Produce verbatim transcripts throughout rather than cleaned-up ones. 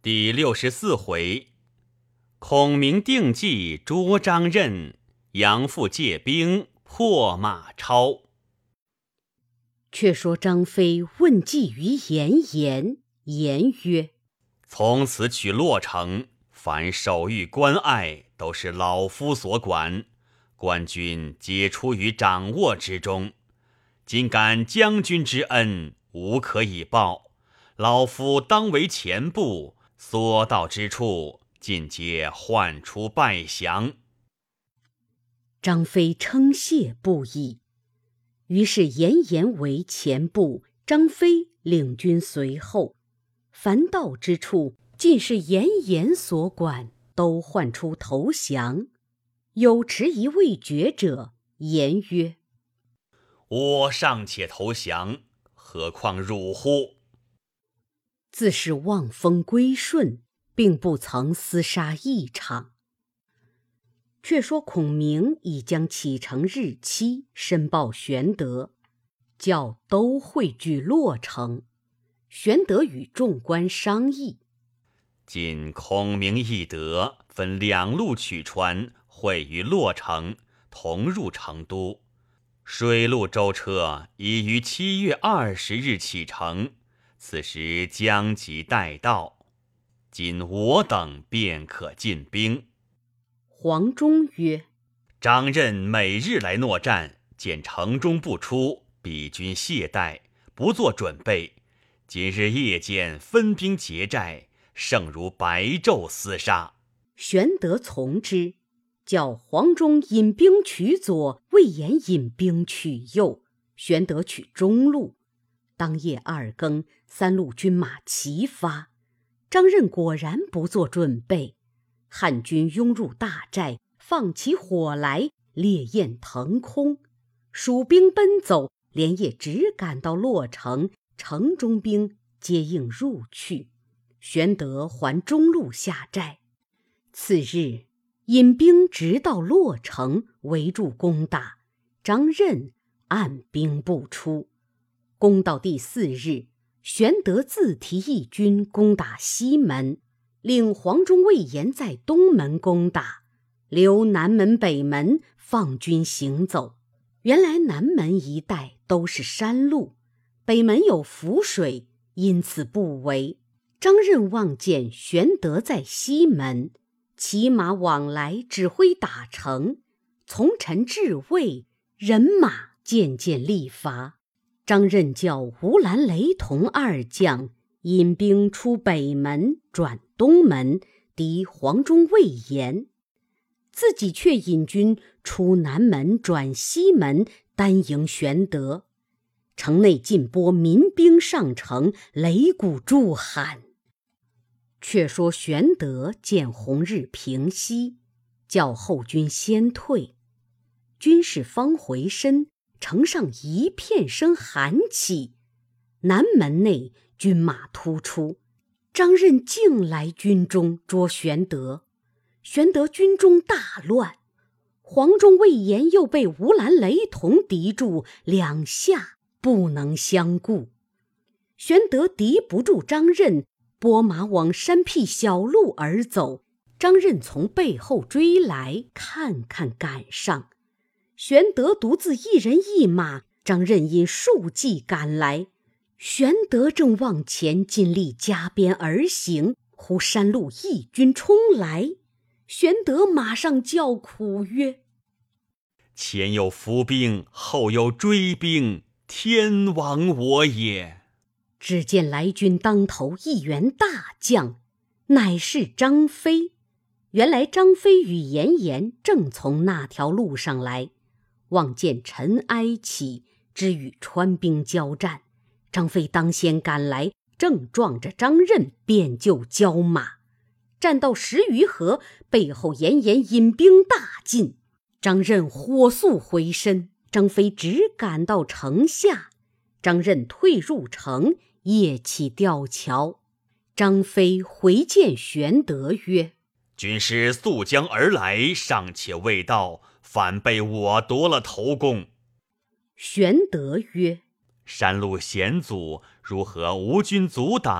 第六十四回，孔明定计捉张任，杨父借兵破马超。 却说张飞问计于严颜，颜曰： 从此取洛城，凡守御关隘，都是老夫所管，官军皆出于掌握之中。今感将军之恩，无可以报，老夫当为前部，所到之处，尽皆唤出拜降。 张飞称谢不已。于是严颜为前部，张飞领军随后。凡到之处，尽是严颜所管，都唤出投降。有迟疑未决者，颜曰： 我尚且投降，何况汝乎？ 自是望风归顺，并不曾厮杀一场。却说孔明已将启程日期申报玄德，叫都汇聚洛城。玄德与众官商议， 今孔明义德，分两路取船，会于洛城，同入成都。水陆舟车已于七月二十日启程，此时将即待到，今我等便可进兵。 黄忠曰： 张任每日来诺战，见城中不出，彼军懈怠，不做准备。今日夜间分兵劫寨，胜如白昼厮杀。 玄德从之，叫黄忠引兵取左，魏延引兵取右，玄德取中路。当夜二更，三路军马齐发。张任果然不做准备，汉军拥入大寨，放起火来，烈焰腾空。蜀兵奔走，连夜只赶到洛城，城中兵皆应入去。玄德还中路下寨。次日，引兵直到洛城，围住攻打。张任按兵不出。攻到第四日，玄德自提一军攻打西门，令黄忠、魏延在东门攻打，留南门、北门放军行走。原来南门一带都是山路，北门有浮水，因此不围。张任望见玄德在西门，骑马往来，指挥打城，从臣至卫，人马渐渐力乏。张任叫吴兰、雷同二将引兵出北门，转东门，敌黄忠、魏延，自己却引军出南门，转西门，单迎玄德。城内尽播民兵上城，擂鼓助喊。却说玄德见红日平息，叫后军先退。军士方回身，城上一片声喊起。南门内军马突出，张任径来军中捉玄德。玄德军中大乱，黄忠、魏延又被吴兰、雷同敌住，两下不能相顾。玄德敌不住张任，拨马往山僻小路而走。张任从背后追来，看看赶上。玄德独自一人一马，张任因数骑赶来。玄德正往前，尽力加鞭而行，忽山路一军冲来。玄德马上叫苦曰： 前有伏兵，后有追兵，天亡我也！ 只见来军当头一员大将，乃是张飞。原来张飞与严颜正从那条路上来，望见尘埃起，只与川兵交战。张飞当先赶来，正撞着张任，便就交马。战到十余合，背后严颜引兵大进，张任火速回身，张飞只赶到城下。张任退入城，夜起吊桥。张飞回见玄德曰： 军师溯江而来，尚且未到，反被我夺了头功。 玄德曰： 山路险阻，如何无军阻挡？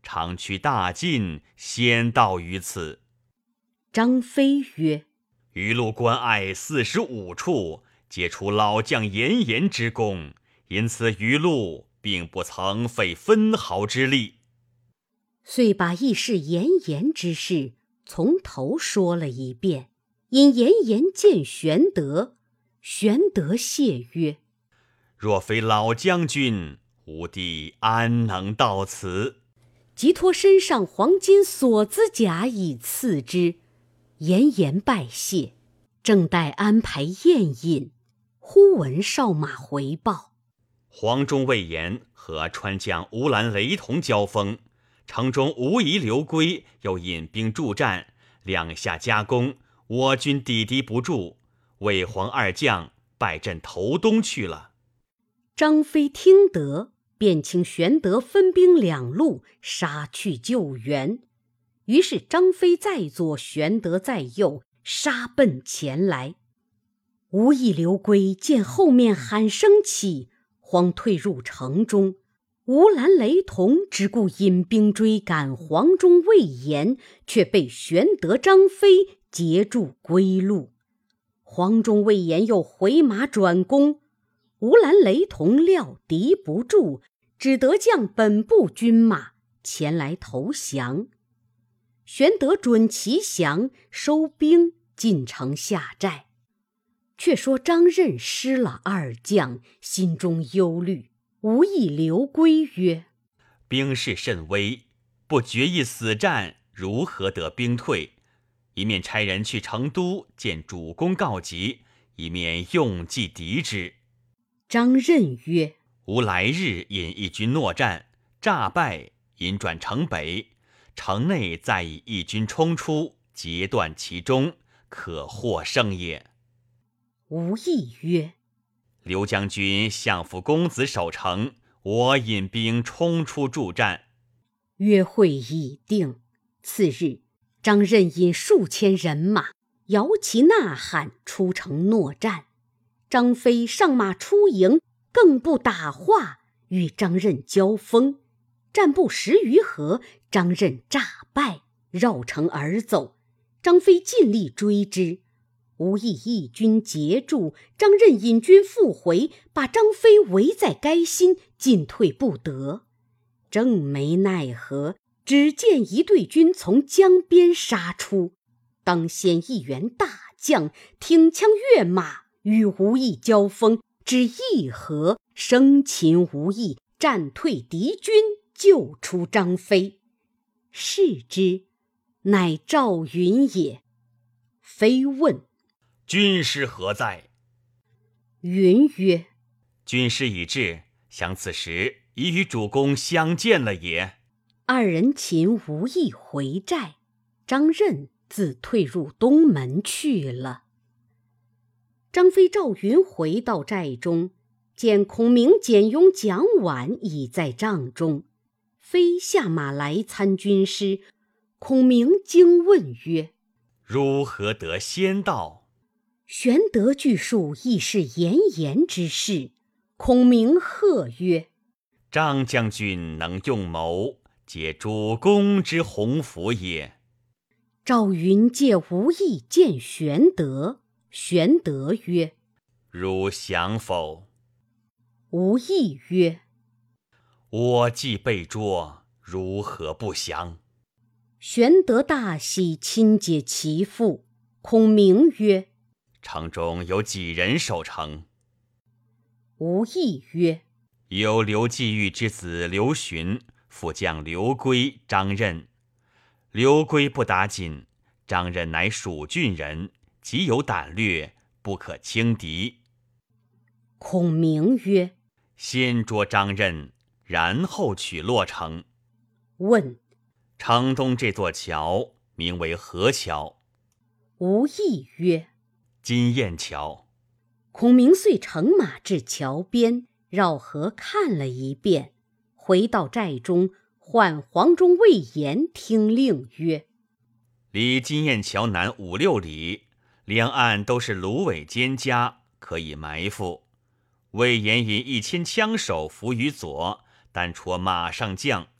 长驱大进，先到于此。” 张飞曰：“ 余路关隘四十五处，皆出老将严颜之功，因此余路并不曾费分毫之力。” 遂把议事严颜之事从头说了一遍。因严颜见玄德，玄德谢曰：“ 若非老将军，吾弟安能到此？” 即托身上黄金锁子甲以赐之。严颜拜谢，正待安排宴饮，忽闻哨马回报： 黄忠、魏延和川将吴兰、雷同交锋，城中无疑刘归又引兵助战，两下夹攻，我军抵敌不住，魏黄二将败阵投东去了。 张飞听得，便请玄德分兵两路杀去救援。于是张飞在左，玄德在右，杀奔前来。无意刘归见后面喊声起，慌退入城中。吴兰、雷同只顾引兵追赶黄忠、魏延，却被玄德、张飞截住归路。黄忠、魏延又回马转攻，吴兰、雷同料敌不住，只得将本部军马前来投降。玄德准其降，收兵进城下寨。却说张任失了二将，心中忧虑。无意刘归曰：“ 兵势甚危，不决一死战，如何得兵退？一面差人去成都见主公告急，一面用计敌之。” 张任曰：“ 吾来日引一军搦战，诈败，引转城北，城内再以一军冲出，截断其中，可获胜也。” 吴懿曰：“ 刘将军相府公子守城，我引兵冲出助战。” 约会已定。次日，张任引数千人马，摇旗呐喊，出城搦战。张飞上马出营，更不打话，与张任交锋。战不十余合，张任诈败，绕城而走。张飞尽力追之，无意义军截住，张任引军复回，把张飞围在垓心，进退不得。正没奈何，只见一队军从江边杀出，当先一员大将挺枪跃马，与吴懿交锋，只一合，生擒吴懿，战退敌军，救出张飞。视之，乃赵云也。飞问：“ 军师何在？” 云曰：“ 军师已至，想此时已与主公相见了也。” 二人擒无意回寨，张任自退入东门去了。张飞、赵云回到寨中，见孔明、简雍、蒋琬已在帐中，飞下马来参军师。孔明惊问曰：“ 如何得先到？” 玄德据述亦是严颜之事。孔明喝曰：“ 张将军能用谋，皆主公之鸿福也。” 赵云借无意见玄德，玄德曰：“ 汝降否？” 无意曰：“ 我既被捉，如何不降？” 玄德大喜，亲解其父。孔明曰：“ 城中有几人守城？” 无意曰：“ 有刘季玉之子刘询，副将刘归、张任。刘归不打紧，张任乃蜀郡人，极有胆略，不可轻敌。” 孔明曰：“ 先捉张任，然后取洛城。” 问：“ 城东这座桥名为何桥？” 无意曰：“ 金雁桥。” 孔明遂乘马至桥边，绕河看了一遍，回到寨中，唤黄忠、魏延听令曰：“ 离金雁桥南五六里，两岸都是芦苇蒹葭，可以埋伏。魏延引一千枪手伏于左，但戳马上将，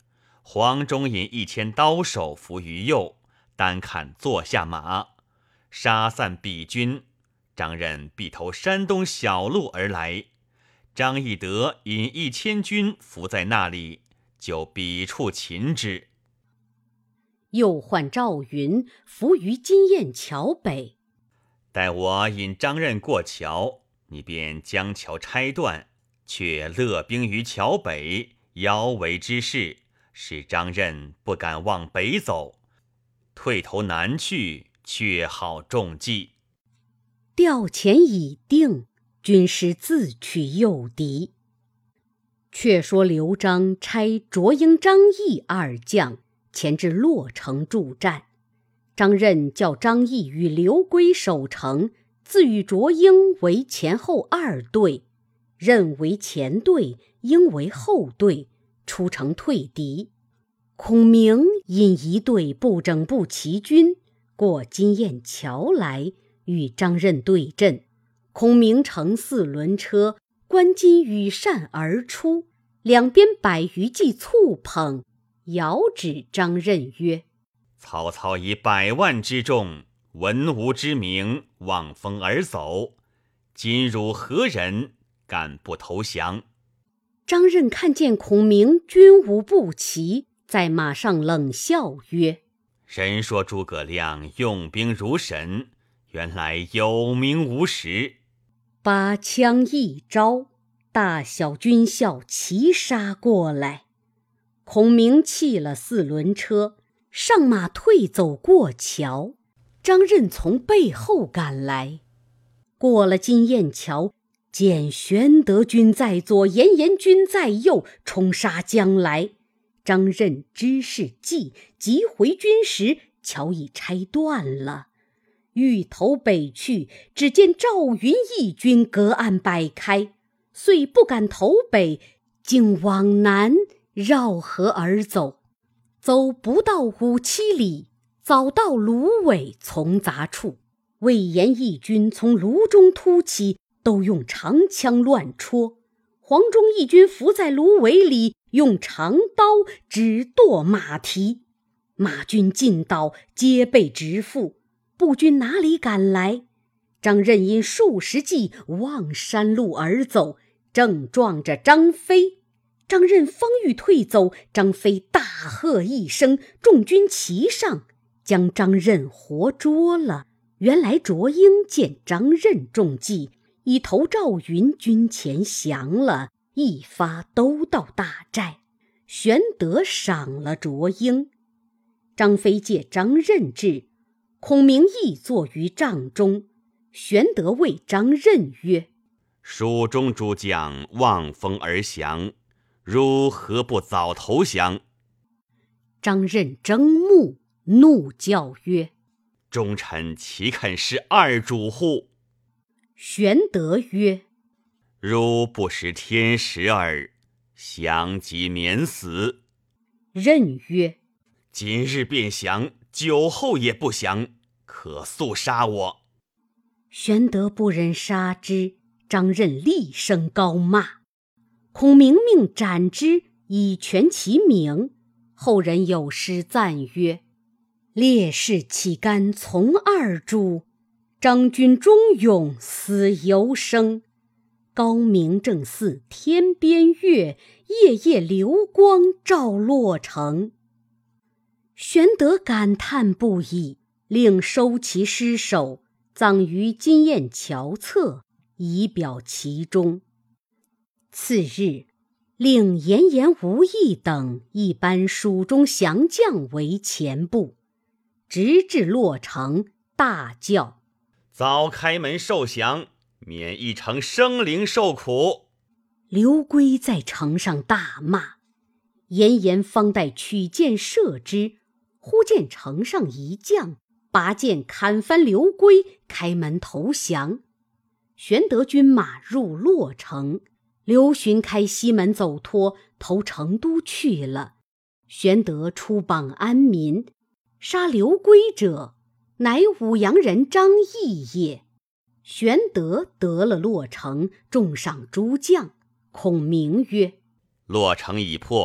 黄忠引一千刀手伏于右，单看坐下马，杀散彼军。张任必投山东小路而来。张翼德引一千军伏在那里，就彼处擒之。 又唤赵云伏于金雁桥北， 待我引张任过桥，你便将桥拆断，却勒兵于桥北，腰围之势，使张任不敢往北走，退头南去，却好中计。 调遣已定，军师自去诱敌。却说刘璋差卓英、张翼二将前至洛城助战，张任叫张翼与刘圭守城，自与卓英为前后二队，任为前队，英为后队，出城退敌。孔明引一队不整步骑军过金雁桥来，与张任对阵。孔明乘四轮车，观金羽扇而出，两边百余骑簇捧，遥指张任曰： 曹操以百万之众，文武之名，望风而走，今汝何人，敢不投降？ 张任看见孔明军无不齐，在马上冷笑曰： 人说诸葛亮用兵如神，原来有名无实。 把枪一招，大小军校齐杀过来。孔明弃了四轮车，上马退走过桥。张任从背后赶来，过了金雁桥，见玄德军在左，严颜军在右，冲杀将来。张任知是计，急回军时，桥已拆断了。欲投北去，只见赵云一军隔岸摆开，遂不敢投北，竟往南绕河而走。走不到五七里，早到芦苇丛杂处。魏延一军从芦中突起，都用长枪乱戳。黄忠一军伏在芦苇里，用长刀直剁马蹄。马军尽倒，皆被直缚。步军哪里敢来？张任因数十骑望山路而走，正撞着张飞。张任方欲退走，张飞大喝一声，众军齐上，将张任活捉了。原来卓英见张任中计，已投赵云军前降了，一发都到大寨。玄德赏了卓英。张飞借张任至，孔明亦坐于帐中。玄德谓张任曰： 蜀中诸将望风而降，汝何不早投降？ 张任睁目，怒叫曰： 忠臣岂肯是二主乎？ 玄德曰： 汝不识天时耳，降即免死。 任曰： 今日便降，酒后也不降，可速杀我。 玄德不忍杀之，张任厉声高骂。孔明命斩之，以全其名。后人有诗赞曰：烈士岂甘从二主，张军忠勇死犹生。高明正似天边月，夜夜流光照洛城。玄德感叹不已，令收其尸首，葬于金雁桥侧，以表其忠。次日，令严颜、吴懿等一班蜀中降将为前部，直至洛城，大叫： 早开门受降，免一城生灵受苦。 刘圭在城上大骂。严颜方待取箭射之，忽见城上一将拔剑砍翻刘圭，开门投降。玄德军马入洛城，刘询开西门走脱，投成都去了。玄德出榜安民，杀刘圭者，乃武阳人张翼也。玄德得了洛城，重赏诸将。孔明曰： 洛城已破，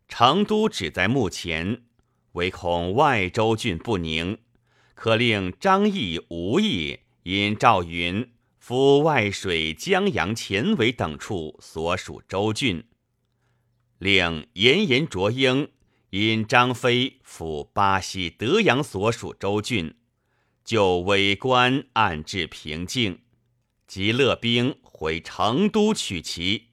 成都只在目前，唯恐外州郡不宁，可令张毅、吴毅因赵云赴外水、江阳、前围等处所属州郡，令严颜卓英因张飞赴巴西、德阳所属州郡，就伪官安置平静，即勒兵回成都取其。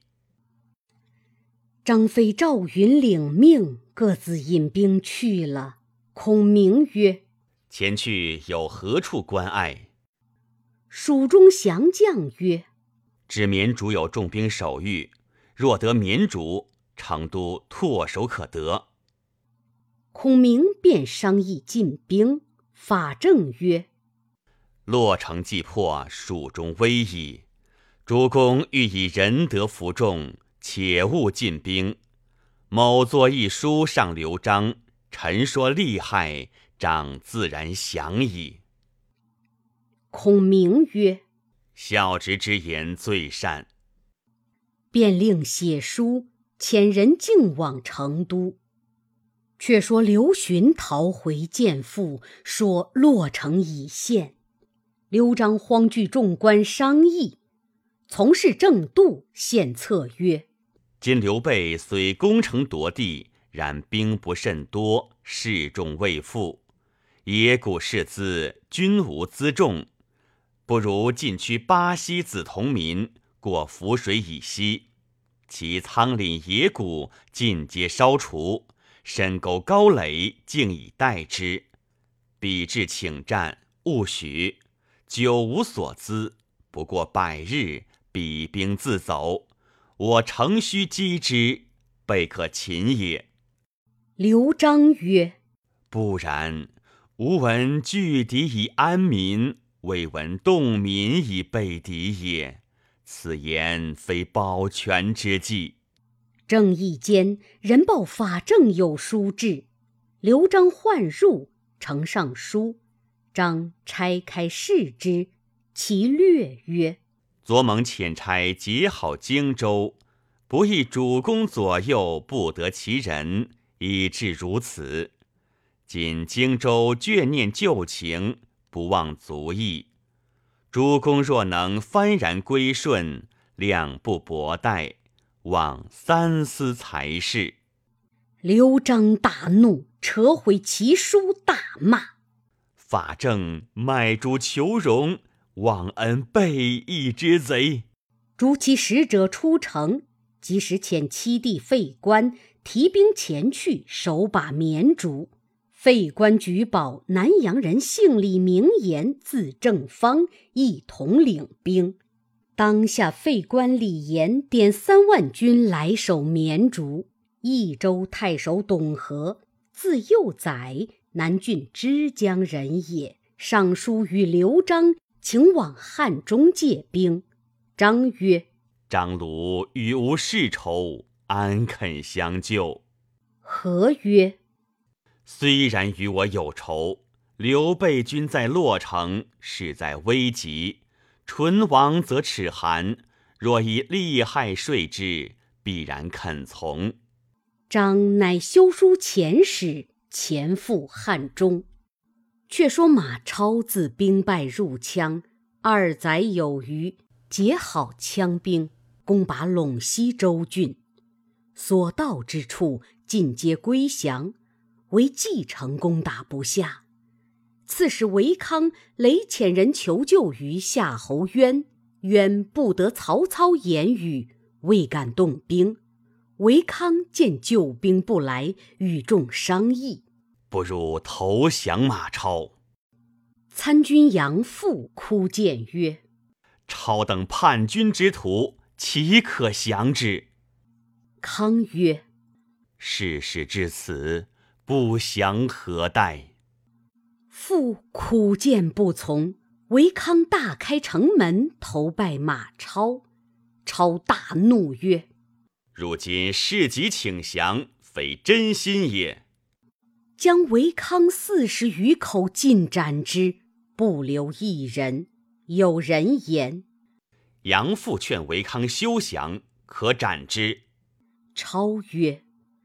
张飞、赵云领命，各自引兵去了。孔明曰： 前去有何处关隘？ 蜀中降将曰： 知绵竹有重兵守御，若得绵竹，成都唾手可得。 孔明便商议进兵。法正曰： 洛城既破，蜀中危矣。主公欲以仁德服众，且勿进兵。某作一书上刘璋，陈说利害，张自然降矣。 孔明曰： 孝直之言最善。 便令写书，遣人径往成都。却说刘询逃回见父，说洛城已陷。刘璋慌惧众官商议，从事郑度献策曰： 今刘备虽攻城夺地，然兵不甚多，士众未附，野谷士资，均无辎重，不如进趋巴西子同民，过涪水以西，其仓廪野谷尽皆烧除，深沟高垒，静以待之。彼至请战，勿许，久无所资，不过百日，彼兵自走，我诚须击之，备可擒也。 刘璋曰： 不然，吾闻拒敌以安民，未闻动民以备敌也。此言非保全之计。 正义间，人报法正有书至，刘璋唤入，呈上书。璋拆开视之，其略曰： 左猛遣差结好荆州，不意主公左右不得其人，以致如此。今荆州眷念旧情，不忘足意。主公若能幡然归顺，两不薄待，望三思才是。 刘璋大怒，扯毁其书，大骂： 法正卖主求荣，忘恩背义之贼！ 逐其使者出城，即时遣七弟费观提兵前去，守把绵竹。费观举报南阳人姓李名言，字正方，一同领兵。当下费观李严点三万军来守绵竹。益州太守董和，字幼宰，南郡枝江人也，上书与刘璋，请往汉中借兵。张曰： 张鲁与吾世仇，安肯相救？ 和曰： 虽然与我有仇，刘备军在洛城，势在危急，唇亡则齿寒，若以利害说之，必然肯从。 张乃修书遣使，前赴汉中。却说马超自兵败入羌，二载有余，结好羌兵，攻拔陇西州郡。所到之处，尽皆归降，唯蓟城攻打不下。刺史韦康累遣人求救于夏侯渊，渊不得曹操言语，未敢动兵。韦康见救兵不来，与众商议， 不如投降马超。 参军杨阜哭谏曰： 超等叛军之徒，岂可降之？ 康曰： 事事至此，不降何待？ 阜苦谏不从，韦康大开城门，投拜马超。超大怒曰： 如今事急请降，非真心也。 将韦康四十余口尽斩之，不留一人。有人言： 杨阜劝韦康休降，可斩之。 超曰：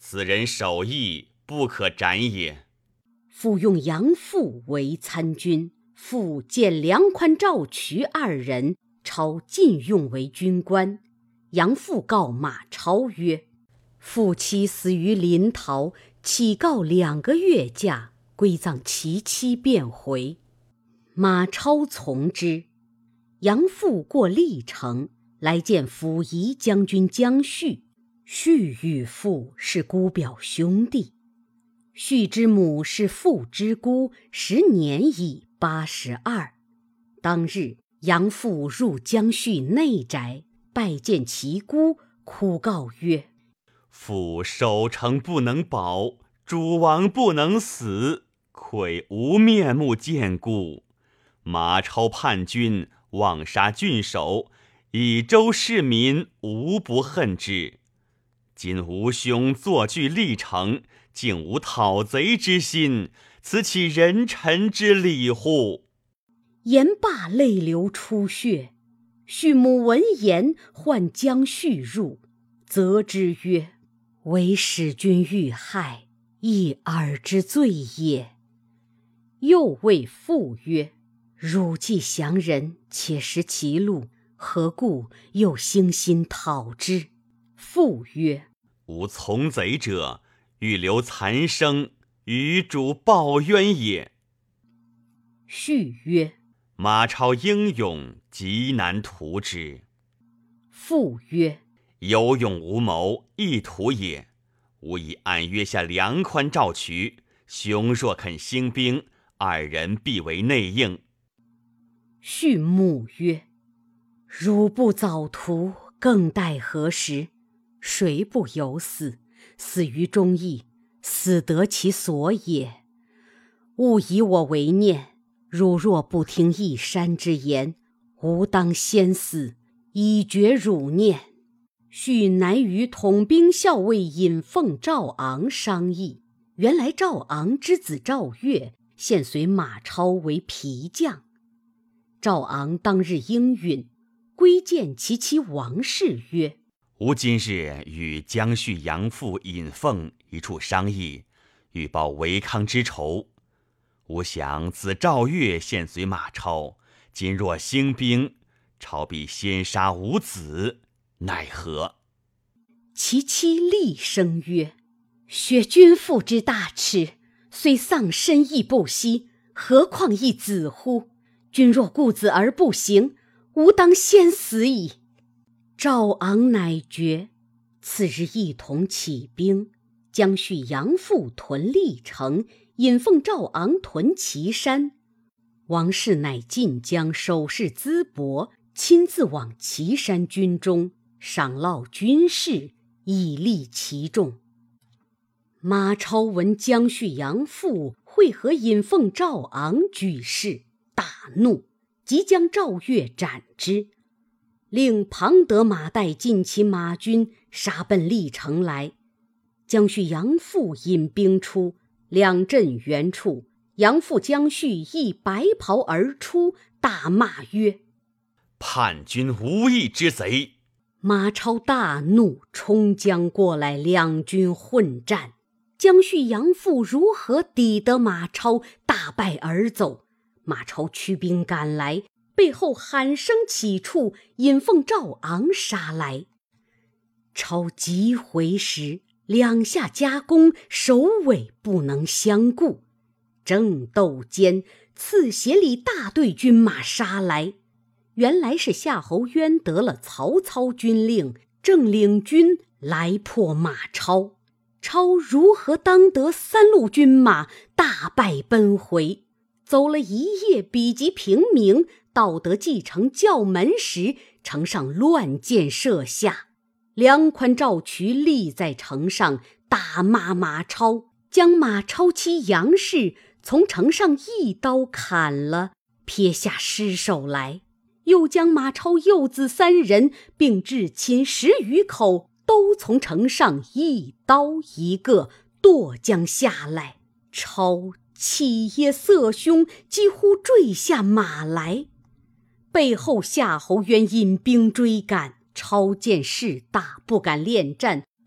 此人手艺不可斩也。 复用杨阜为参军，复见梁宽、赵渠二人，超进用为军官。杨阜告马超曰：父妻死于临洮，乞告两个月假，归葬其妻便回。马超从之。杨阜过历城，来见辅夷将军姜绪。绪与父是姑表兄弟。绪之母是父之姑，时年已八十二。当日，杨阜入姜绪内宅，拜见其姑，哭告曰： 父守城不能保，主王不能死，愧无面目见顾。马超叛军，妄杀郡守，以州市民无不恨之。今吾兄坐据历城，竟无讨贼之心，此岂人臣之礼乎？ 言罢，泪流出血。绪母闻言，唤姜绪入，责之曰：为使君遇害，一尔之罪也。又谓父曰：汝既降人，且识其路，何故又兴心讨之？父曰： 吾从贼者，欲留残生，与主报冤也。 绪曰： 马超英勇，极难图之。 父曰： 有勇无谋，亦图也。吾已暗约下梁宽、赵渠，兄若肯兴兵，二人必为内应。 绪母曰：汝不早图，更待何时？谁不有死？死于忠义，死得其所也。勿以我为念，汝若不听一山之言，吾当先死，以绝汝念。绪乃与统兵校尉尹奉赵昂商议。原来赵昂之子赵越，现随马超为皮将。赵昂当日应允，归见其妻王氏曰： 吾今日与姜绪、杨阜、尹奉一处商议，欲报违康之仇。吾想子赵越现随马超，今若兴兵，超必先杀吾子，奈何？ 其妻厉声曰：雪君父之大耻，虽丧身亦不惜，何况一子乎？君若顾子而不行，吾当先死矣。赵昂乃决。次日一同起兵，姜绪、杨阜屯历城，尹奉、赵昂屯岐山。王氏乃晋江守势淄博，亲自往岐山军中，赏烙军士，以利其众。马超闻姜绪、杨阜会合尹奉、赵昂举事，大怒，即将赵越斩之，令庞德、马岱尽其马军，杀奔历城来。姜绪、杨阜引兵出，两阵原处，杨阜、姜绪亦白袍而出，大骂曰： 叛军无义之贼！ 马超大怒，冲将过来，两军混战。姜绪、杨阜如何抵得马超，大败而走。马超驱兵赶来，背后喊声起处，尹奉、赵昂杀来。超急回时，两下夹攻，首尾不能相顾。正斗间，刺斜里大队军马杀来，原来是夏侯渊得了曹操军令，正领军来破马超。超如何当得三路军马，大败奔回。走了一夜，比及平明，到得蓟城校门时，城上乱箭射下。梁宽、赵渠立在城上，大骂马超，将马超妻杨氏从城上一刀砍了，撇下尸首来。又将马超幼子三人并至亲十余口，都从城上一刀一个剁将下来。超气耶色凶，几乎坠下马来。背后夏侯渊引兵追赶，超见势大，不敢恋战，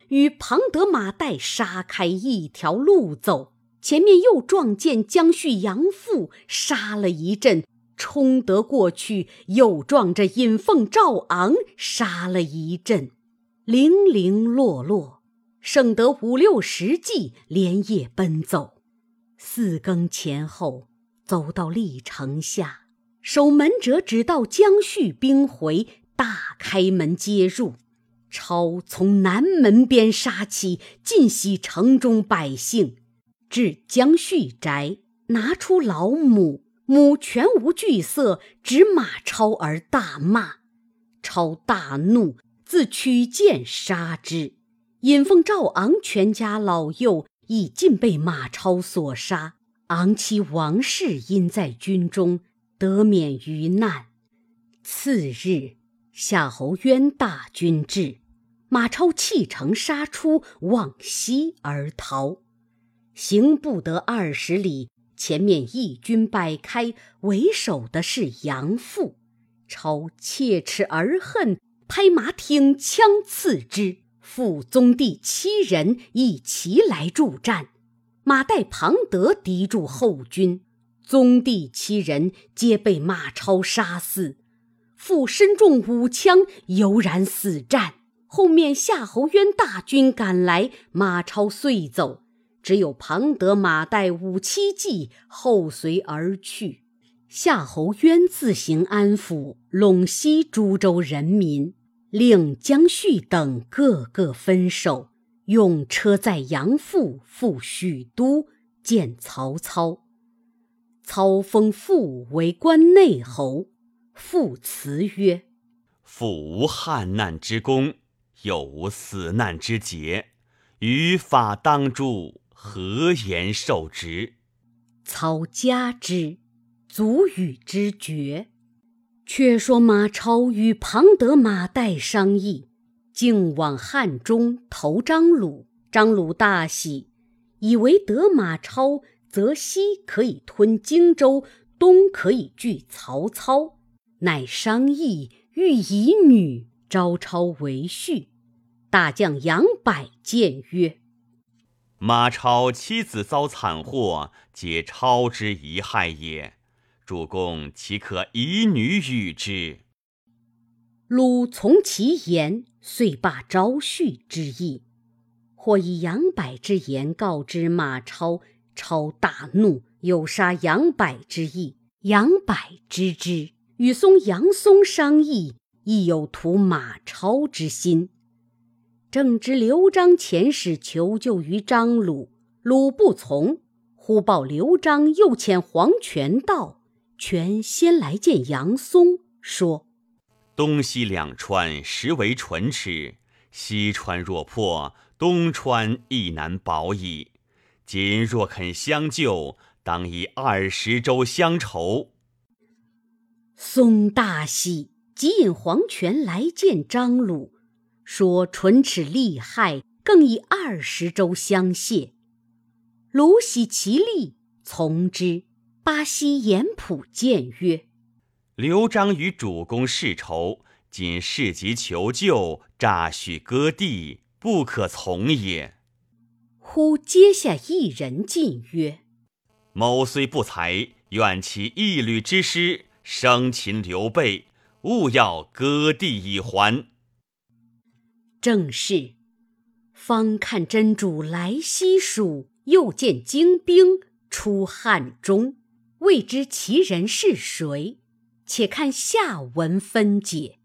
与庞德马岱杀开一条路走，前面又撞见姜绪、杨阜，杀了一阵，冲得过去，又撞着尹奉、赵昂，杀了一阵，零零落落，剩得五六十骑连夜奔走。四更前后，走到历城下，守门者只道姜绪兵回，大开门接入。超从南门边杀起，尽袭城中百姓，至姜绪宅，拿出老母，母全无惧色，指马超而大骂。超大怒，自取剑杀之。尹奉、赵昂全家老幼已尽被马超所杀，昂其王氏因在军中，得免于难。次日，夏侯渊大军至，马超弃城杀出，往西而逃。行不得二十里，前面义军摆开，为首的是杨阜。超切齿而恨，拍马挺枪刺之。阜宗弟七人一齐来助战，马岱、庞德敌住后军，宗弟七人皆被马超杀死。阜身中五枪，犹然死战。后面夏侯渊大军赶来，马超遂走，只有庞德、马岱五七骑后随而去。夏侯渊自行安抚陇西诸州人民，令姜绪等各个分守，用车载杨阜赴许都见曹操。操封阜为关内侯。阜辞曰： 父无汉难之功，又无死难之节，于法当诛，何言受职？ 操加之，卒与之绝。却说马超与庞德、马岱商议，竟往汉中投张鲁。张鲁大喜，以为得马超，则西可以吞荆州，东可以拒曹操，乃商议欲以女招超为婿。大将杨柏谏曰： 马超妻子遭惨祸，皆超之遗害也，主公岂可以女与之？ 鲁从其言，遂罢招婿之意。或以杨柏之言告知马超，超大怒，有杀杨柏之意。杨柏知之，与松、杨松商议，亦有图马超之心。正值刘璋遣使求救于张鲁，鲁不从，忽报刘璋又遣黄权到，权先来见杨松，说： 东西两川实为唇齿，西川若破，东川亦难保矣。今若肯相救，当以二十州相酬。 松大喜，即引黄权来见张鲁，说唇齿利害，更以二十州相谢。鲁喜其利，从之。巴西严普谏曰： 刘璋与主公世仇，今事急求救，诈许割地，不可从也。 忽阶下一人进曰： 某虽不才，愿其一旅之师，生擒刘备，务要割地以还。 正是，方看真主来西蜀，又见精兵出汉中，未知其人是谁，且看下文分解。